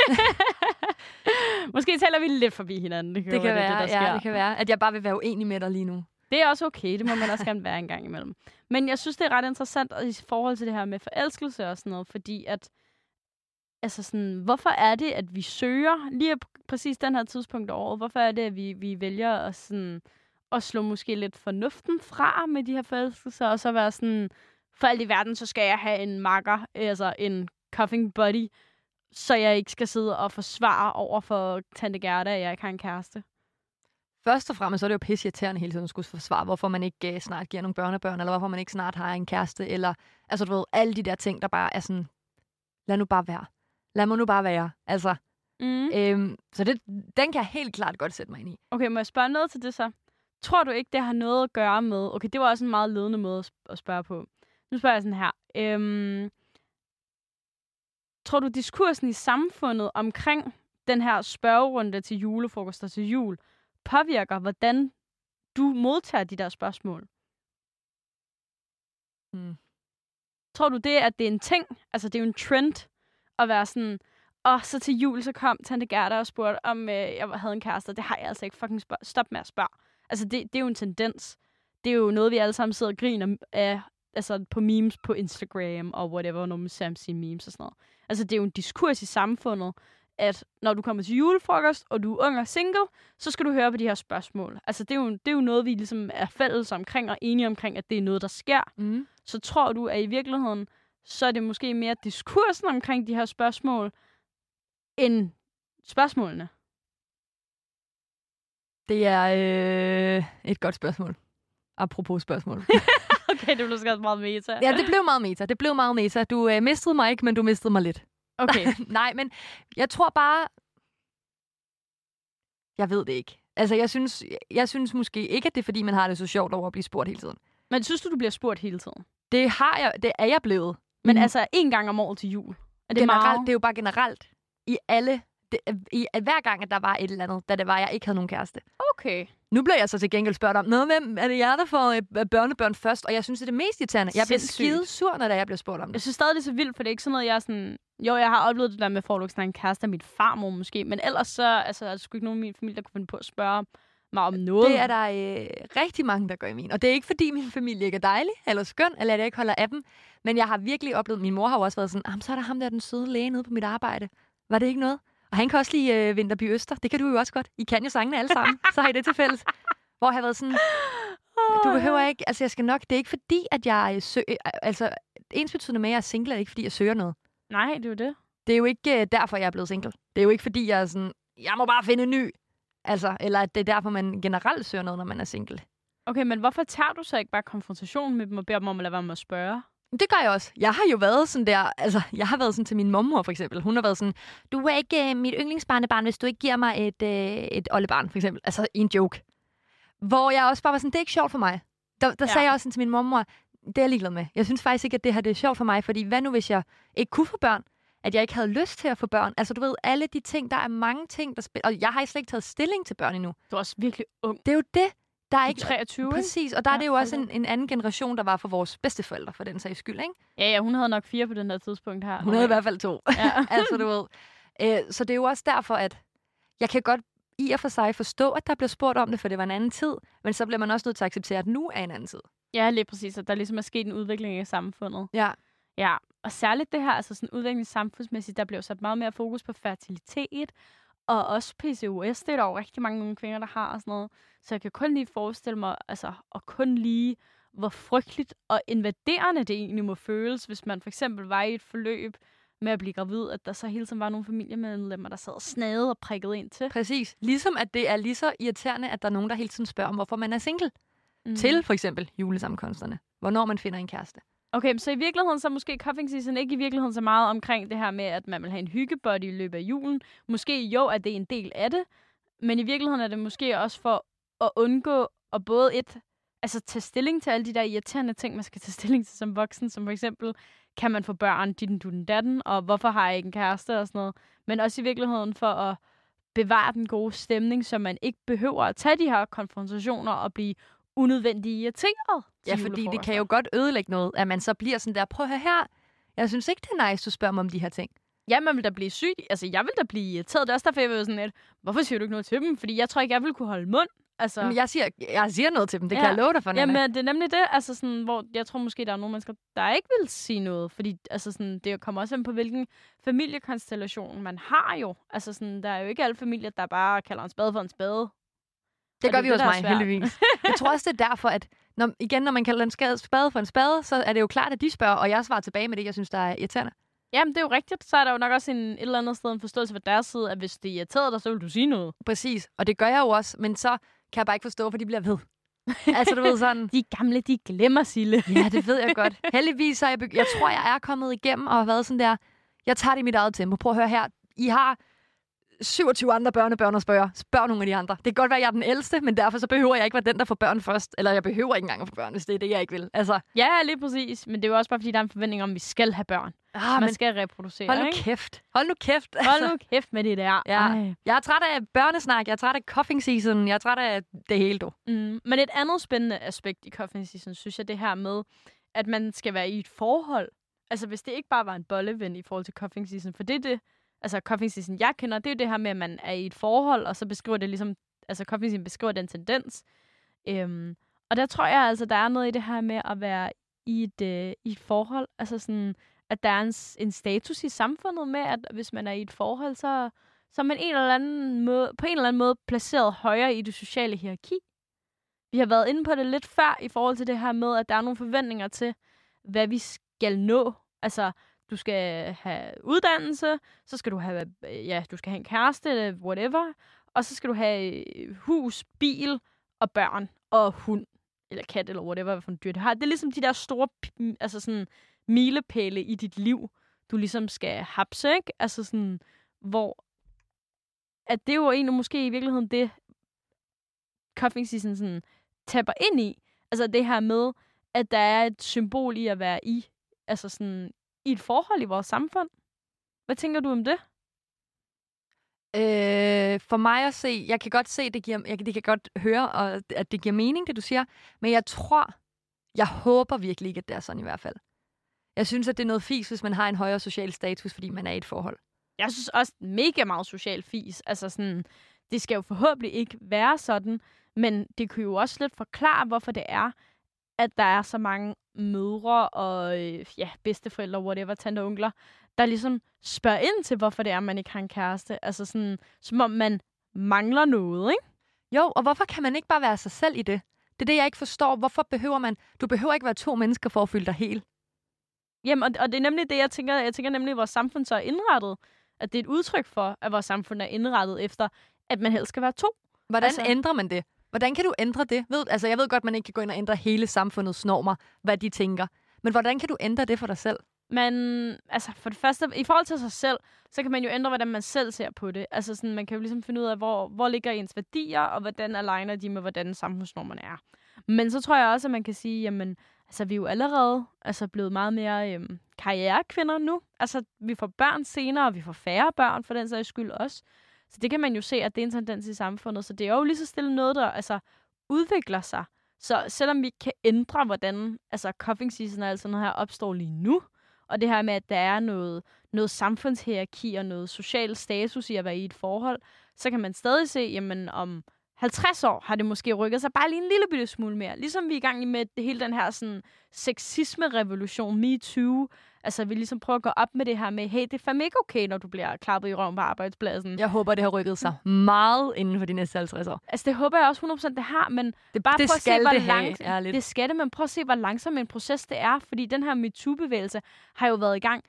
Speaker 1: Måske taler vi lidt forbi hinanden. Det kan være,
Speaker 2: det kan være, at jeg bare vil være uenig med dig lige nu.
Speaker 1: Det er også okay, det må man også gerne være en gang imellem. Men jeg synes, det er ret interessant i forhold til det her med forelskelse og sådan noget, fordi at, altså sådan, hvorfor er det, at vi søger lige præcis den her tidspunkt af året? Hvorfor er det, at vi vælger at slå måske lidt fornuften fra med de her forelskelser, og så være sådan, for alt i verden, så skal jeg have en makker, altså en cuffing buddy, så jeg ikke skal sidde og forsvare over for Tante Gerda, at jeg ikke har en kæreste.
Speaker 2: Først og fremmest så er det jo pisseirriterende hele tiden at skulle forsvare, hvorfor man ikke snart giver nogle børnebørn, eller hvorfor man ikke snart har en kæreste, eller altså du ved, alle de der ting, der bare er sådan, lad nu bare være. Lad mig nu bare være. Altså, så den kan jeg helt klart godt sætte mig ind i. Okay,
Speaker 1: må jeg spørge noget til det så? Tror du ikke, det har noget at gøre med... Okay, det var også en meget ledende måde at spørge på. Nu spørger jeg sådan her. Tror du, diskursen i samfundet omkring den her spørgerunde til julefrokoster til jul påvirker, hvordan du modtager de der spørgsmål? Tror du det, at det er en ting? Altså, det er jo en trend at være sådan, så til jul, så kom Tante Gerda og spurgte, om jeg havde en kæreste. Det har jeg altså ikke. Fucking stop med at spørge. Altså, det er jo en tendens. Det er jo noget, vi alle sammen sidder og griner af, altså på memes på Instagram og whatever, når man ser sine memes og sådan noget. Altså, det er jo en diskurs i samfundet, at når du kommer til julefrokost, og du er ung og single, så skal du høre på de her spørgsmål. Altså, det er jo noget, vi ligesom er fælles omkring og enige omkring, at det er noget, der sker.
Speaker 2: Mm.
Speaker 1: Så tror du, at i virkeligheden, så er det måske mere diskursen omkring de her spørgsmål, end spørgsmålene?
Speaker 2: Det er et godt spørgsmål. Apropos spørgsmål.
Speaker 1: Okay, det blev skrevet meget meta.
Speaker 2: Ja, det blev meget meta. Du mistede mig ikke, men du mistede mig lidt.
Speaker 1: Okay.
Speaker 2: Nej, men jeg tror bare... Jeg ved det ikke. Altså, jeg synes måske ikke, at det er, fordi man har det så sjovt over at blive spurgt hele tiden.
Speaker 1: Men synes du bliver spurt hele tiden?
Speaker 2: Det er jeg blevet.
Speaker 1: Men altså, en gang om året til jul? Er det
Speaker 2: generelt,
Speaker 1: meget?
Speaker 2: det er jo bare generelt. Hver gang, at der var et eller andet, da det var, jeg ikke havde nogen kæreste.
Speaker 1: Okay.
Speaker 2: Nu bliver jeg så til gengæld spurgt om, hvem er det jer, der får børnebørn først? Og jeg synes, det er det mest irriterende. Jeg bliver skide sur, når jeg bliver spurgt om det.
Speaker 1: Jeg synes stadig, det er så vildt, for det er ikke sådan noget, jeg er sådan... Jo, jeg har oplevet det der med, at en kæreste af mit farmor måske, men ellers så er der sgu ikke nogen af min familie, der kunne finde på at spørge mig om noget.
Speaker 2: Det er der rigtig mange, der gør i min. Og det er ikke, fordi min familie ikke er dejlig eller skøn, eller at jeg ikke holder af dem. Men jeg har virkelig oplevet, min mor har også været sådan, så er der ham der, den søde læge nede på mit arbejde. Var det ikke noget? Og han kan også lide Vinterby Øster. Det kan du jo også godt. I kan jo sangene alle sammen. Så har I det til fælles. Hvor jeg har været sådan, du behøver ikke, altså jeg skal nok, det er ikke fordi, at jeg ensbetydende med, at jeg er single, er ikke fordi, jeg søger noget.
Speaker 1: Nej, det er jo det.
Speaker 2: Det er jo ikke derfor, jeg er blevet single. Det er jo ikke fordi, jeg er sådan, jeg må bare finde en ny. Altså, eller at det er derfor, man generelt søger noget, når man er single.
Speaker 1: Okay, men hvorfor tager du så ikke bare konfrontation med dem og beder dem om at lade være med at spørge?
Speaker 2: Det gør jeg også. Jeg har jo været sådan der, altså, jeg har været sådan til min mormor for eksempel. Hun har været sådan, du er ikke mit yndlingsbarnebarn, hvis du ikke giver mig et oldebarn, for eksempel. Altså, i en joke. Hvor jeg også bare var sådan, det er ikke sjovt for mig. Der sagde jeg også sådan til min mormor, det er jeg ligeglad med. Jeg synes faktisk ikke, at det her det er sjovt for mig, fordi hvad nu, hvis jeg ikke kunne få børn? At jeg ikke havde lyst til at få børn. Altså, du ved, alle de ting, der er mange ting, der spiller. Og jeg har slet ikke taget stilling til børn endnu.
Speaker 1: Du er også virkelig ung.
Speaker 2: Det er jo det. Der er
Speaker 1: du er
Speaker 2: ikke
Speaker 1: 23,
Speaker 2: præcis, og der er det jo også en anden generation, der var for vores bedsteforældre, for den sags skyld, ikke?
Speaker 1: Ja, hun havde nok 4 på den her tidspunkt her.
Speaker 2: Hun havde i hvert fald 2.
Speaker 1: Ja.
Speaker 2: Altså, du ved. Så det er jo også derfor, at jeg kan godt i og for sig forstå, at der bliver spurgt om det, for det var en anden tid, men så bliver man også nødt til at acceptere, at nu er en anden tid.
Speaker 1: Ja, lige præcis, at der ligesom er sket en udvikling i samfundet.
Speaker 2: Ja.
Speaker 1: Ja, og særligt det her, altså sådan udvikling samfundsmæssigt, der bliver sat meget mere fokus på fertilitet, og også PCOS, det er der jo rigtig mange nogle kvinder, der har og sådan noget. Så jeg kan kun lige forestille mig, altså, og kun lige, hvor frygteligt og invaderende det egentlig må føles, hvis man for eksempel var i et forløb med at blive gravid, at der så hele tiden var nogle familiemedlemmer, der sad og snagede og prikkede ind til.
Speaker 2: Præcis. Ligesom at det er lige så irriterende, at der er nogen, der hele tiden spørger om, hvorfor man er single. Til for eksempel julesammenkomsterne. Hvornår man finder en kæreste.
Speaker 1: Okay, så i virkeligheden så måske cuffing season ikke i virkeligheden så meget omkring det her med, at man vil have en hyggebody i løbet af julen. Måske jo, at det er en del af det, men i virkeligheden er det måske også for at undgå at både tage stilling til alle de der irriterende ting, man skal tage stilling til som voksen, som for eksempel, kan man få børn, ditten datten, og hvorfor har jeg ikke en kæreste og sådan noget. Men også i virkeligheden for at bevare den gode stemning, så man ikke behøver at tage de her konfrontationer og blive unødvendigt irriteret.
Speaker 2: Ja, fordi det kan jo godt ødelægge noget, at man så bliver sådan der, prøv at høre her, jeg synes ikke, det er nice, du spørger mig om de her ting.
Speaker 1: Ja, man vil da blive syg. Altså, jeg vil da blive irriteret. Det er også derfor, jeg vil sådan lidt, hvorfor siger du ikke noget til dem? Fordi jeg tror ikke, jeg vil kunne holde mund. Altså,
Speaker 2: men jeg siger noget til dem, det kan jeg love dig for, Nana.
Speaker 1: Jamen, det er nemlig det, altså sådan, hvor jeg tror måske, der er nogle mennesker, der ikke vil sige noget. Fordi altså sådan, det kommer også ind på, hvilken familiekonstellation man har jo. Altså sådan, der er jo ikke alle familier, der bare kalder en spade for en spade.
Speaker 2: Det gør vi hos mig, heldigvis. Jeg tror også, det er derfor, at når man kalder en spade for en spade, så er det jo klart, at de spørger, og jeg svarer tilbage med det, jeg synes, der er irriterende.
Speaker 1: Jamen, det er jo rigtigt. Så er der jo nok også et eller andet sted en forståelse fra deres side, at hvis det irriterer dig, så vil du sige noget.
Speaker 2: Præcis, og det gør jeg jo også, men så kan jeg bare ikke forstå, for de bliver ved. Altså, du ved sådan...
Speaker 1: De gamle, de glemmer, Sille.
Speaker 2: Ja, det ved jeg godt. Heldigvis så jeg tror, jeg er kommet igennem og har været sådan der, jeg tager det i mit eget tempo. Prøv at høre her. I har 27 andre børnebørn og spørg nogle af de andre. Det kan godt være, at jeg er den ældste, men derfor så behøver jeg ikke være den, der får børn først. Eller jeg behøver ikke engang at få børn, hvis det er det, jeg ikke vil. Altså.
Speaker 1: Ja, lige præcis. Men det er jo også bare, fordi der er en forventning om, at vi skal have børn. Man skal reproducere,
Speaker 2: hold nu
Speaker 1: ikke?
Speaker 2: kæft. Hold nu kæft.
Speaker 1: Hold nu kæft med det der.
Speaker 2: Ja. Jeg er træt af børnesnak. Jeg er træt af cuffing season. Jeg er træt af det hele, du.
Speaker 1: Men et andet spændende aspekt i cuffing season, synes jeg, det her med, at man skal være i et forhold. altså hvis det ikke bare var en bolleven i forhold til cuffing season, for det er det, altså cuffing season, jeg kender, det er jo det her med, at man er i et forhold, og så beskriver det ligesom, altså cuffing season beskriver den tendens. Og der tror jeg altså, der er noget i det her med at være i et forhold, altså sådan, at der er en status i samfundet med, at hvis man er i et forhold, så er man på en eller anden måde placeret højere i det sociale hierarki. Vi har været inde på det lidt før i forhold til det her med, at der er nogle forventninger til, hvad vi skal nå. Altså, du skal have uddannelse, så skal du have, du skal have en kæreste, whatever, og så skal du have hus, bil og børn og hund, eller kat, eller whatever, hvad for en dyr det har. Det er ligesom de der store, altså sådan, milepæle i dit liv, du ligesom skal hapse, ikke? Altså sådan, hvor at det er jo egentlig måske i virkeligheden det, cuffing season sådan tapper ind i. Altså det her med, at der er et symbol i at være altså sådan, i et forhold i vores samfund. Hvad tænker du om det?
Speaker 2: For mig at se, jeg kan godt se, det kan godt høre, at det giver mening, det du siger, men jeg håber virkelig ikke, at det er sådan i hvert fald. Jeg synes, at det er noget fis, hvis man har en højere social status, fordi man er i et forhold.
Speaker 1: Jeg synes også mega meget social fis. Altså sådan, det skal jo forhåbentlig ikke være sådan, men det kan jo også lidt forklare, hvorfor det er, at der er så mange mødre og bedsteforældre, whatever, tanter og onkler, der ligesom spørger ind til, hvorfor det er, man ikke har en kæreste. Altså sådan, som om man mangler noget, ikke?
Speaker 2: Jo, og hvorfor kan man ikke bare være sig selv i det? Det er det, jeg ikke forstår. Hvorfor behøver man... Du behøver ikke være 2 mennesker for at føle dig hel.
Speaker 1: Jamen, og det er nemlig det, jeg tænker. Jeg tænker nemlig, at vores samfund så er indrettet. At det er et udtryk for, at vores samfund er indrettet efter, at man helst skal være 2.
Speaker 2: Hvordan ændrer man det? Hvordan kan du ændre det? Jeg ved godt, man ikke kan gå ind og ændre hele samfundets normer, hvad de tænker. Men hvordan kan du ændre det for dig selv?
Speaker 1: Altså for det første, i forhold til sig selv, så kan man jo ændre, hvordan man selv ser på det. Altså sådan, man kan jo ligesom finde ud af, hvor ligger ens værdier, og hvordan aligner de med, hvordan samfundsnormerne er. Men så tror jeg også, at man kan sige, jamen, altså vi er jo allerede blevet meget mere karrierekvinder nu. Altså vi får børn senere, og vi får færre børn for den sags skyld også. Så det kan man jo se, at det er en tendens i samfundet. Så det er jo lige så stille noget, der udvikler sig. Så selvom vi ikke kan ændre, hvordan cuffing season og alt sådan noget her opstår lige nu, og det her med, at der er noget samfundshierarki og noget social status i at være i et forhold, så kan man stadig se, jamen om 50 år har det måske rykket sig bare lige en lille bitte smule mere. Ligesom vi er i gang med hele den her sådan sexisme-revolution, MeToo. Altså vi ligesom prøver at gå op med det her med, hey, det er fandme ikke okay, når du bliver klappet i røven på arbejdspladsen.
Speaker 2: Jeg håber, det har rykket sig meget inden for de næste 50 år.
Speaker 1: Altså det håber jeg også 100% det har, men det bare prøv at se, hvor langsomt det skal det, men prøv at se, hvor langsom en proces det er, fordi den her MeToo-bevægelse har jo været i gang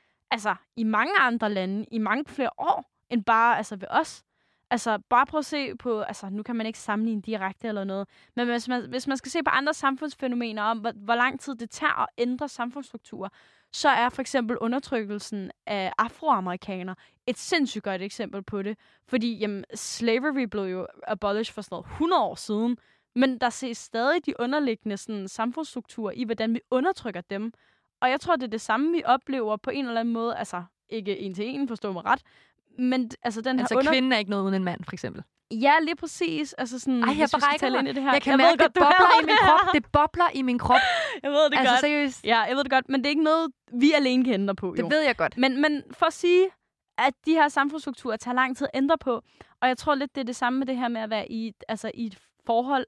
Speaker 1: i mange andre lande i mange flere år, end bare ved os. Altså, bare prøv at se på, nu kan man ikke sammenligne direkte eller noget, men hvis man skal se på andre samfundsfænomener om, hvor lang tid det tager at ændre samfundsstrukturer, så er for eksempel undertrykkelsen af afroamerikanere et sindssygt godt eksempel på det. Fordi, slavery blev jo abolished for sådan noget 100 år siden, men der ses stadig de underliggende sådan, samfundsstrukturer i, hvordan vi undertrykker dem. Og jeg tror, det er det samme, vi oplever på en eller anden måde, ikke en til en, forstå mig ret, men den her
Speaker 2: kvinden er ikke noget uden en mand, for eksempel.
Speaker 1: Ja, lige præcis. Jeg
Speaker 2: brækker
Speaker 1: ind i det her.
Speaker 2: Jeg kan mærke, det bobler i min krop. Det bobler i min krop.
Speaker 1: Jeg ved det godt.
Speaker 2: Seriøst.
Speaker 1: Ja, jeg ved det godt, men det er ikke noget, vi alene kan ændre på. Jo.
Speaker 2: Det ved jeg godt.
Speaker 1: Men for at sige, at de her samfundsstrukturer tager lang tid at ændre på, og jeg tror lidt, det er det samme med det her med at være i et forhold,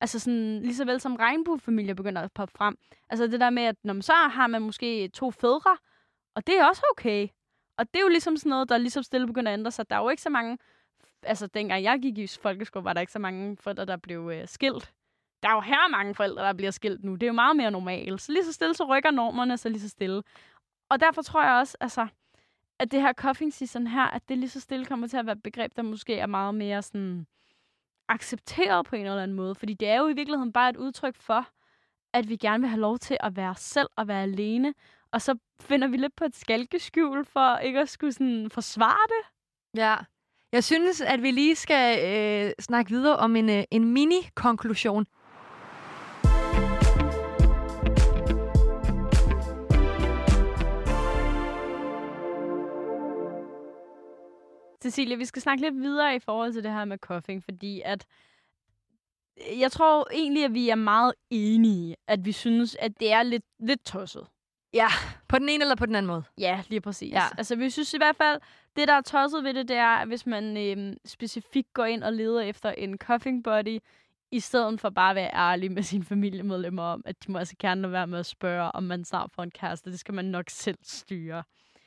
Speaker 1: lige så vel som regnbuefamilier begynder at poppe frem. Altså det der med, at så har man måske 2 fædre, og det er også okay. Og det er jo ligesom sådan noget, der ligesom stille begynder at ændre sig. Der er jo ikke så mange... dengang jeg gik i folkeskole, var der ikke så mange forældre, der blev skilt. Der er jo her mange forældre, der bliver skilt nu. Det er jo meget mere normalt. Så lige så stille, så rykker normerne så lige så stille. Og derfor tror jeg også, at det her cuffing season her, at det lige så stille kommer til at være et begreb, der måske er meget mere sådan accepteret på en eller anden måde. Fordi det er jo i virkeligheden bare et udtryk for, at vi gerne vil have lov til at være selv og være alene. Og så finder vi lidt på et skalkeskjul for ikke at skulle sådan forsvare det.
Speaker 2: Ja, jeg synes, at vi lige skal snakke videre om en mini-konklusion.
Speaker 1: Cecilie, vi skal snakke lidt videre i forhold til det her med cuffing, fordi at jeg tror egentlig, at vi er meget enige, at vi synes, at det er lidt tosset.
Speaker 2: Ja, på den ene eller på den anden måde.
Speaker 1: Ja, lige præcis.
Speaker 2: Ja.
Speaker 1: Altså, vi synes i hvert fald, det der er tosset ved det er, at hvis man specifikt går ind og leder efter en cuffing buddy, i stedet for bare at være ærlig med sine familiemedlemmer om, at de må altså gerne lade være med at spørge, om man snart får en kæreste. Det skal man nok selv styre.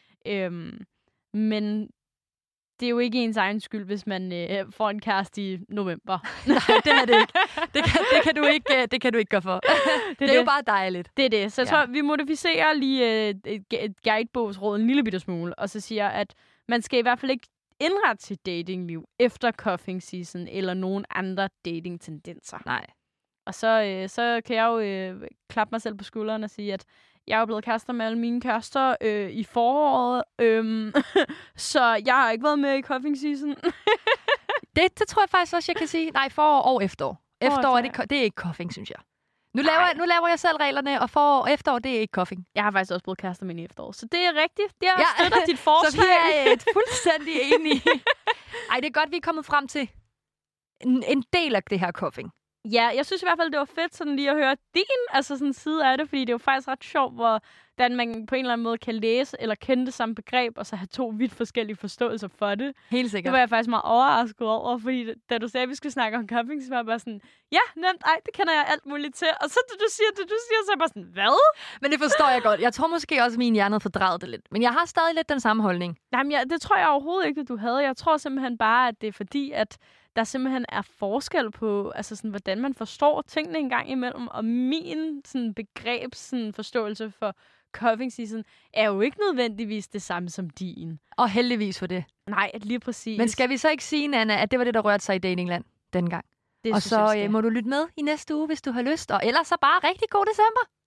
Speaker 1: Men det er jo ikke ens egen skyld, hvis man får en kæreste i november.
Speaker 2: Nej, det er det ikke. Det kan du ikke gøre for. Det er jo bare dejligt.
Speaker 1: Det er det. Så jeg tror, vi modificerer lige et guidebogsråd en lille bitte smule, og så siger, at man skal i hvert fald ikke indrette sit datingliv efter cuffing season eller nogen andre dating-tendenser.
Speaker 2: Nej.
Speaker 1: Og så kan jeg jo klappe mig selv på skulderen og sige, at jeg er jo blevet kærester med alle mine kærester i foråret, så jeg har ikke været med i cuffing season.
Speaker 2: det tror jeg faktisk også, jeg kan sige. Nej, forår og efterår. Efterår det er ikke cuffing, synes jeg. Nu laver jeg selv reglerne, og forår og efterår, det er ikke cuffing.
Speaker 1: Jeg har faktisk også blevet kærester med i efterår, så det er rigtigt. Jeg støtter dit forslag.
Speaker 2: Så vi er fuldstændig enige. Ej, det er godt, vi er kommet frem til en del af det her cuffing.
Speaker 1: Ja, jeg synes i hvert fald, det var fedt sådan lige at høre din sådan side af det, fordi det er jo faktisk ret sjovt, hvordan man på en eller anden måde kan læse eller kende det samme begreb, og så have to vidt forskellige forståelser for det.
Speaker 2: Helt sikkert.
Speaker 1: Det var jeg faktisk meget overrasket over, fordi da du sagde, at vi skulle snakke om cuffing, så var jeg bare sådan, ja, nemt, det kender jeg alt muligt til. Og så du siger, så er jeg bare sådan, hvad?
Speaker 2: Men det forstår jeg godt. Jeg tror måske også, at min hjerne havde fordrejet det lidt. Men jeg har stadig lidt den samme holdning.
Speaker 1: Jamen, det tror jeg overhovedet ikke, at du havde. Jeg tror simpelthen bare, at det er fordi, at der simpelthen er forskel på, hvordan man forstår tingene en gang imellem, og min forståelse for cuffing season er jo ikke nødvendigvis det samme som din.
Speaker 2: Og heldigvis for det.
Speaker 1: Nej, lige præcis.
Speaker 2: Men skal vi så ikke sige, Nana, at det var det, der rørte sig i datingland dengang? Og så må du lytte med i næste uge, hvis du har lyst. Og ellers så bare rigtig god december.